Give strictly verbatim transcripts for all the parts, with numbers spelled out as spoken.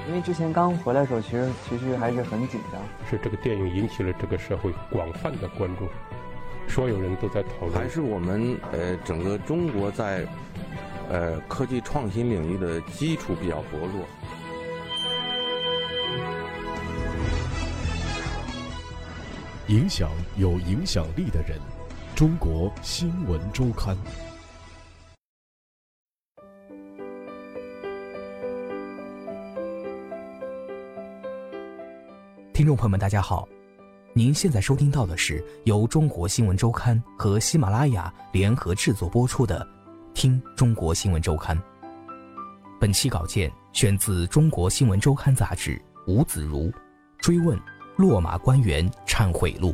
因为之前刚回来的时候，其实其实还是很紧张。 是这个电影引起了这个社会广泛的关注，所有人都在讨论。 还是我们呃整个中国在呃科技创新领域的基础比较薄弱。 影响有影响力的人，中国新闻周刊。 听众朋友们大家好，您现在收听到的是由中国新闻周刊和喜马拉雅联合制作播出的听中国新闻周刊。本期稿件选自中国新闻周刊杂志，吴子如追问落马官员忏悔录。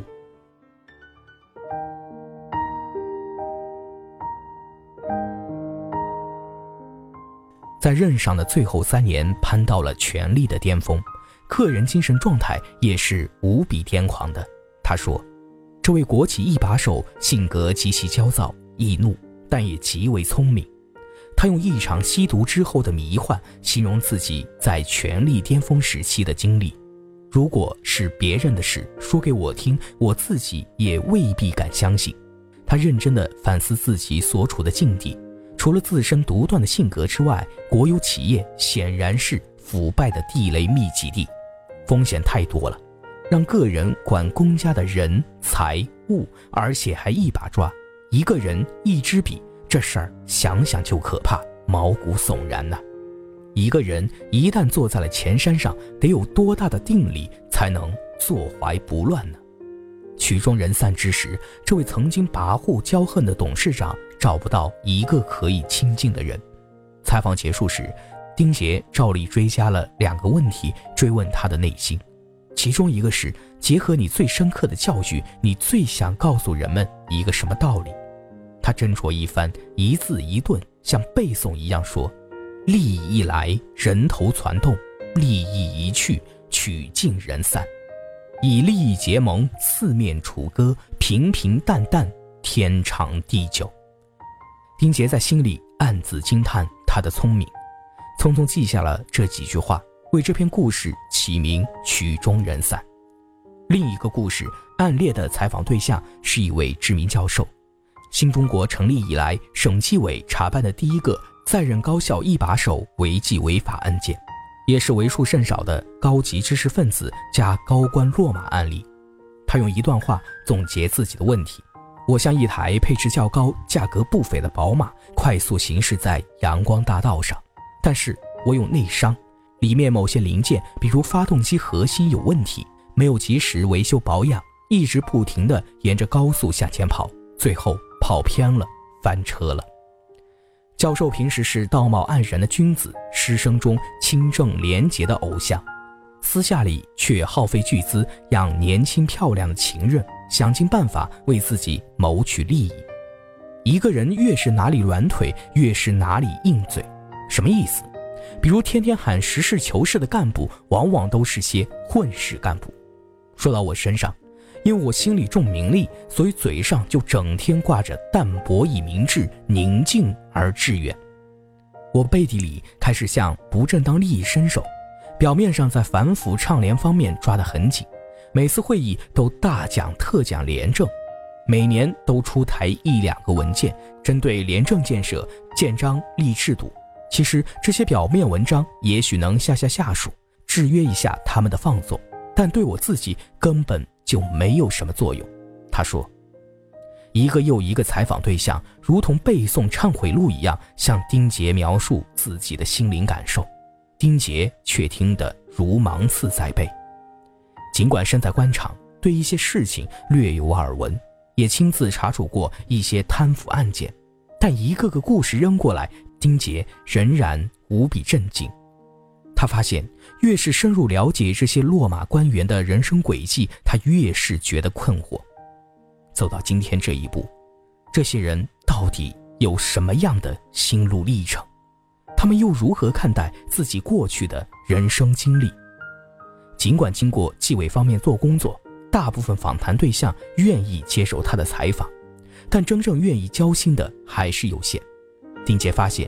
在任上的最后三年攀到了权力的巅峰，个人精神状态也是无比癫狂的。他说，这位国企一把手性格极其焦躁易怒，但也极为聪明。他用一场吸毒之后的迷幻形容自己在权力巅峰时期的经历。如果是别人的事说给我听，我自己也未必敢相信。他认真地反思自己所处的境地，除了自身独断的性格之外，国有企业显然是腐败的地雷密集地，风险太多了，让个人管公家的人财物，而且还一把抓，一个人一支笔，这事儿想想就可怕，毛骨悚然呐、啊。一个人一旦坐在了前山上，得有多大的定力才能坐怀不乱呢？曲终人散之时，这位曾经跋扈骄横的董事长找不到一个可以亲近的人。采访结束时，丁杰照例追加了两个问题追问他的内心，其中一个是结合你最深刻的教育，你最想告诉人们一个什么道理？他斟酌一番，一字一顿像背诵一样说，利益一来人头攒动，利益一去曲尽人散，以利益结盟，四面楚歌，平平淡淡，天长地久。丁杰在心里暗自惊叹他的聪明，匆匆记下了这几句话，为这篇故事起名曲终人散。另一个故事暗列的采访对象是一位知名教授，新中国成立以来省纪委查办的第一个在任高校一把手违纪违法案件，也是为数甚少的高级知识分子加高官落马案例。他用一段话总结自己的问题：我像一台配置较高价格不菲的宝马，快速行驶在阳光大道上，但是我有内伤，里面某些零件比如发动机核心有问题，没有及时维修保养，一直不停地沿着高速向前跑，最后跑偏了，翻车了。教授平时是道貌岸然的君子，师生中清正廉洁的偶像，私下里却耗费巨资养年轻漂亮的情人，想尽办法为自己谋取利益。一个人越是哪里软腿，越是哪里硬嘴。什么意思？比如天天喊实事求是的干部，往往都是些混世干部。说到我身上，因为我心里重名利，所以嘴上就整天挂着淡泊以明志，宁静而致远。我背地里开始向不正当利益伸手，表面上在反腐倡廉方面抓得很紧，每次会议都大讲特讲廉政，每年都出台一两个文件，针对廉政建设建章立制度。其实这些表面文章也许能吓吓下属，制约一下他们的放纵，但对我自己根本就没有什么作用。他说，一个又一个采访对象如同背诵忏悔录一样向丁杰描述自己的心灵感受，丁杰却听得如芒刺在背。尽管身在官场，对一些事情略有耳闻，也亲自查处过一些贪腐案件，但一个个故事扔过来，丁杰仍然无比震惊。他发现越是深入了解这些落马官员的人生轨迹，他越是觉得困惑。走到今天这一步，这些人到底有什么样的心路历程？他们又如何看待自己过去的人生经历？尽管经过纪委方面做工作，大部分访谈对象愿意接受他的采访，但真正愿意交心的还是有限。丁杰发现，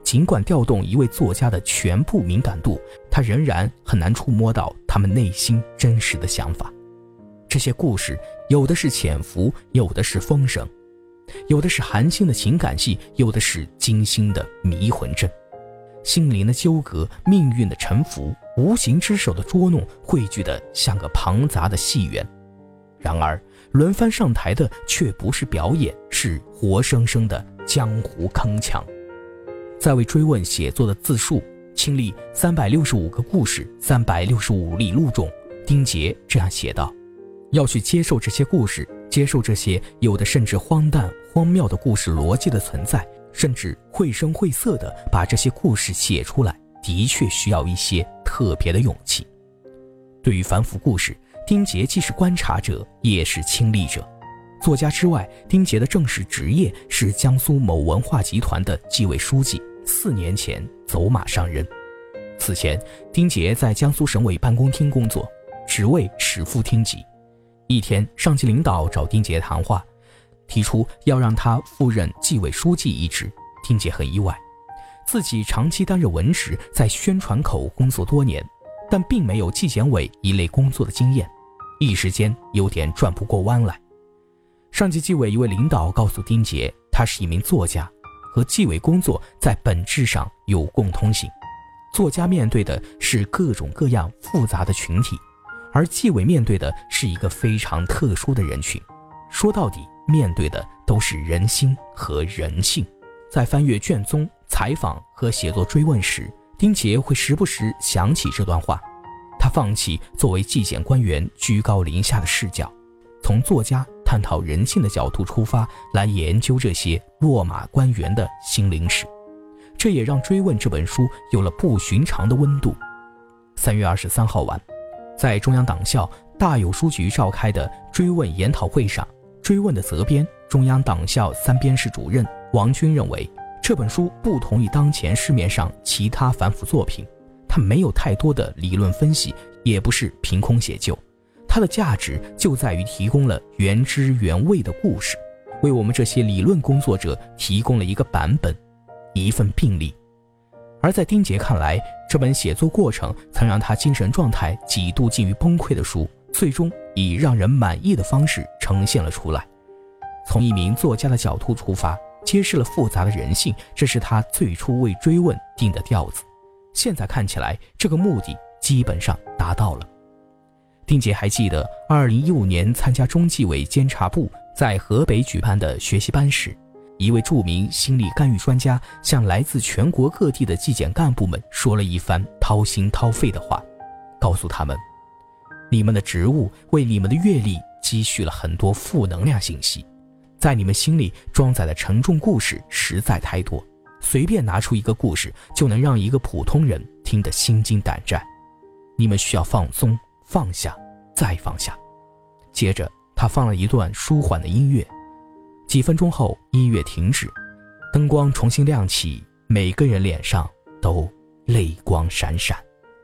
尽管调动一位作家的全部敏感度，他仍然很难触摸到他们内心真实的想法。这些故事有的是潜伏，有的是风声，有的是寒心的情感戏，有的是惊心的迷魂阵。心灵的纠葛，命运的沉浮，无形之手的捉弄，汇聚得像个庞杂的戏园。然而轮番上台的却不是表演，是活生生的江湖铿锵。在为追问写作的自述，亲历三百六十五个故事，三百六十五里路中，丁杰这样写道：要去接受这些故事，接受这些有的甚至荒诞荒谬的故事逻辑的存在，甚至绘声绘色地把这些故事写出来，的确需要一些特别的勇气。对于反腐故事，丁杰既是观察者，也是亲历者。作家之外，丁杰的正式职业是江苏某文化集团的纪委书记，四年前走马上任。此前，丁杰在江苏省委办公厅工作，职位史副厅级。一天，上级领导找丁杰谈话，提出要让他赴任纪委书记一职。丁杰很意外，自己长期担任文职，在宣传口工作多年，但并没有纪检委一类工作的经验，一时间有点转不过弯来。上级纪委一位领导告诉丁杰，他是一名作家，和纪委工作在本质上有共通性。作家面对的是各种各样复杂的群体，而纪委面对的是一个非常特殊的人群。说到底，面对的都是人心和人性。在翻阅卷宗、采访和写作追问时，丁杰会时不时想起这段话。他放弃作为纪检官员居高临下的视角，从作家探讨人性的角度出发，来研究这些落马官员的心灵史。这也让《追问》这本书有了不寻常的温度。三月二十三号晚，在中央党校大有书局召开的追问研讨会上，追问的责编、中央党校三编室主任王军认为，这本书不同于当前市面上其他反腐作品，它没有太多的理论分析，也不是凭空写就，它的价值就在于提供了原汁原味的故事，为我们这些理论工作者提供了一个版本，一份病历。而在丁杰看来，这本写作过程曾让他精神状态几度近于崩溃的书，最终以让人满意的方式呈现了出来。从一名作家的角度出发，揭示了复杂的人性，这是他最初为追问定的调子。现在看起来，这个目的基本上达到了。丁杰还记得二零一五年参加中纪委监察部在河北举办的学习班时，一位著名心理干预专家向来自全国各地的纪检干部们说了一番掏心掏肺的话，告诉他们，你们的职务为你们的阅历积蓄了很多负能量信息，在你们心里装载的沉重故事实在太多，随便拿出一个故事就能让一个普通人听得心惊胆战，你们需要放松，放下，再放下。接着他放了一段舒缓的音乐，几分钟后音乐停止，灯光重新亮起，每个人脸上都泪光闪闪。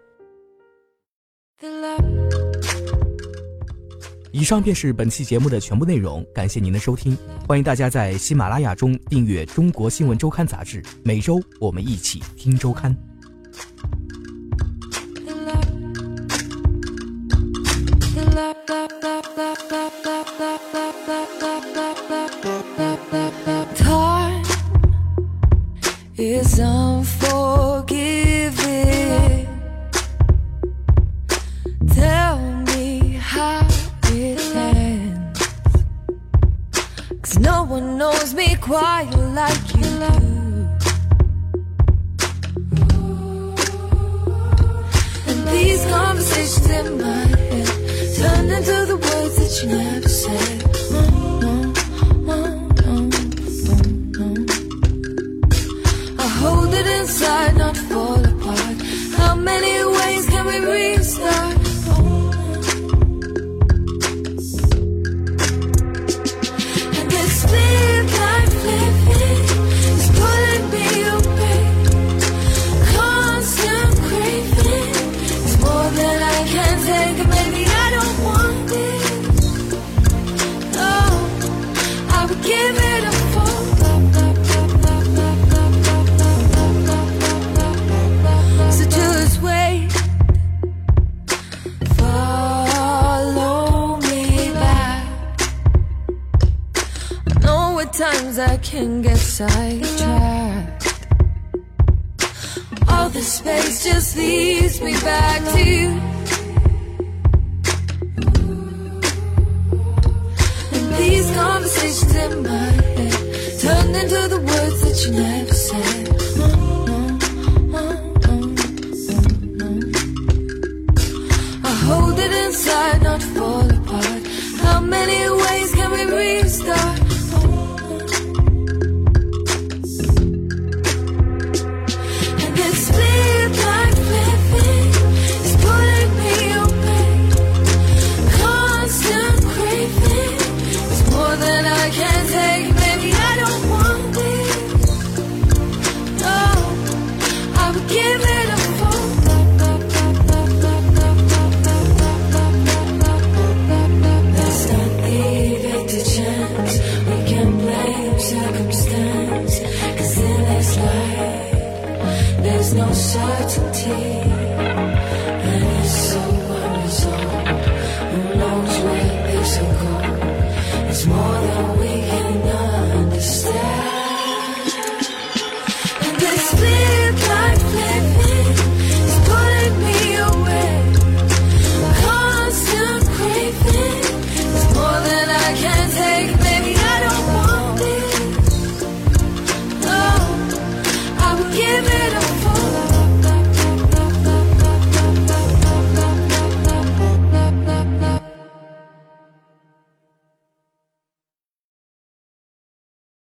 以上便是本期节目的全部内容，感谢您的收听，欢迎大家在喜马拉雅中订阅中国新闻周刊杂志，每周我们一起听周刊。 Time is unforgiving. Tell me how it ends, 'cause no one knows me quite like you do. And these conversations in my head turn into the words that you never said. Hold it inside, not fall apart. How many ways can we restart? And this midnight flipping is pulling me away. Constant craving is more than I can take, and maybe I don't want it. No, I would give it a full. can get sidetracked. All this space just leads me back to you. And these conversations in my head turned into the words that you never said. I hold it inside, not to fall apart. How many ways can we restart? And this sleep like living is pulling me away. Constant craving is more than I can take. Maybe I don't want this. No, I would give it a full. Let's not leave it to chance. We can blame circumstance, 'cause in this life there's no certainty.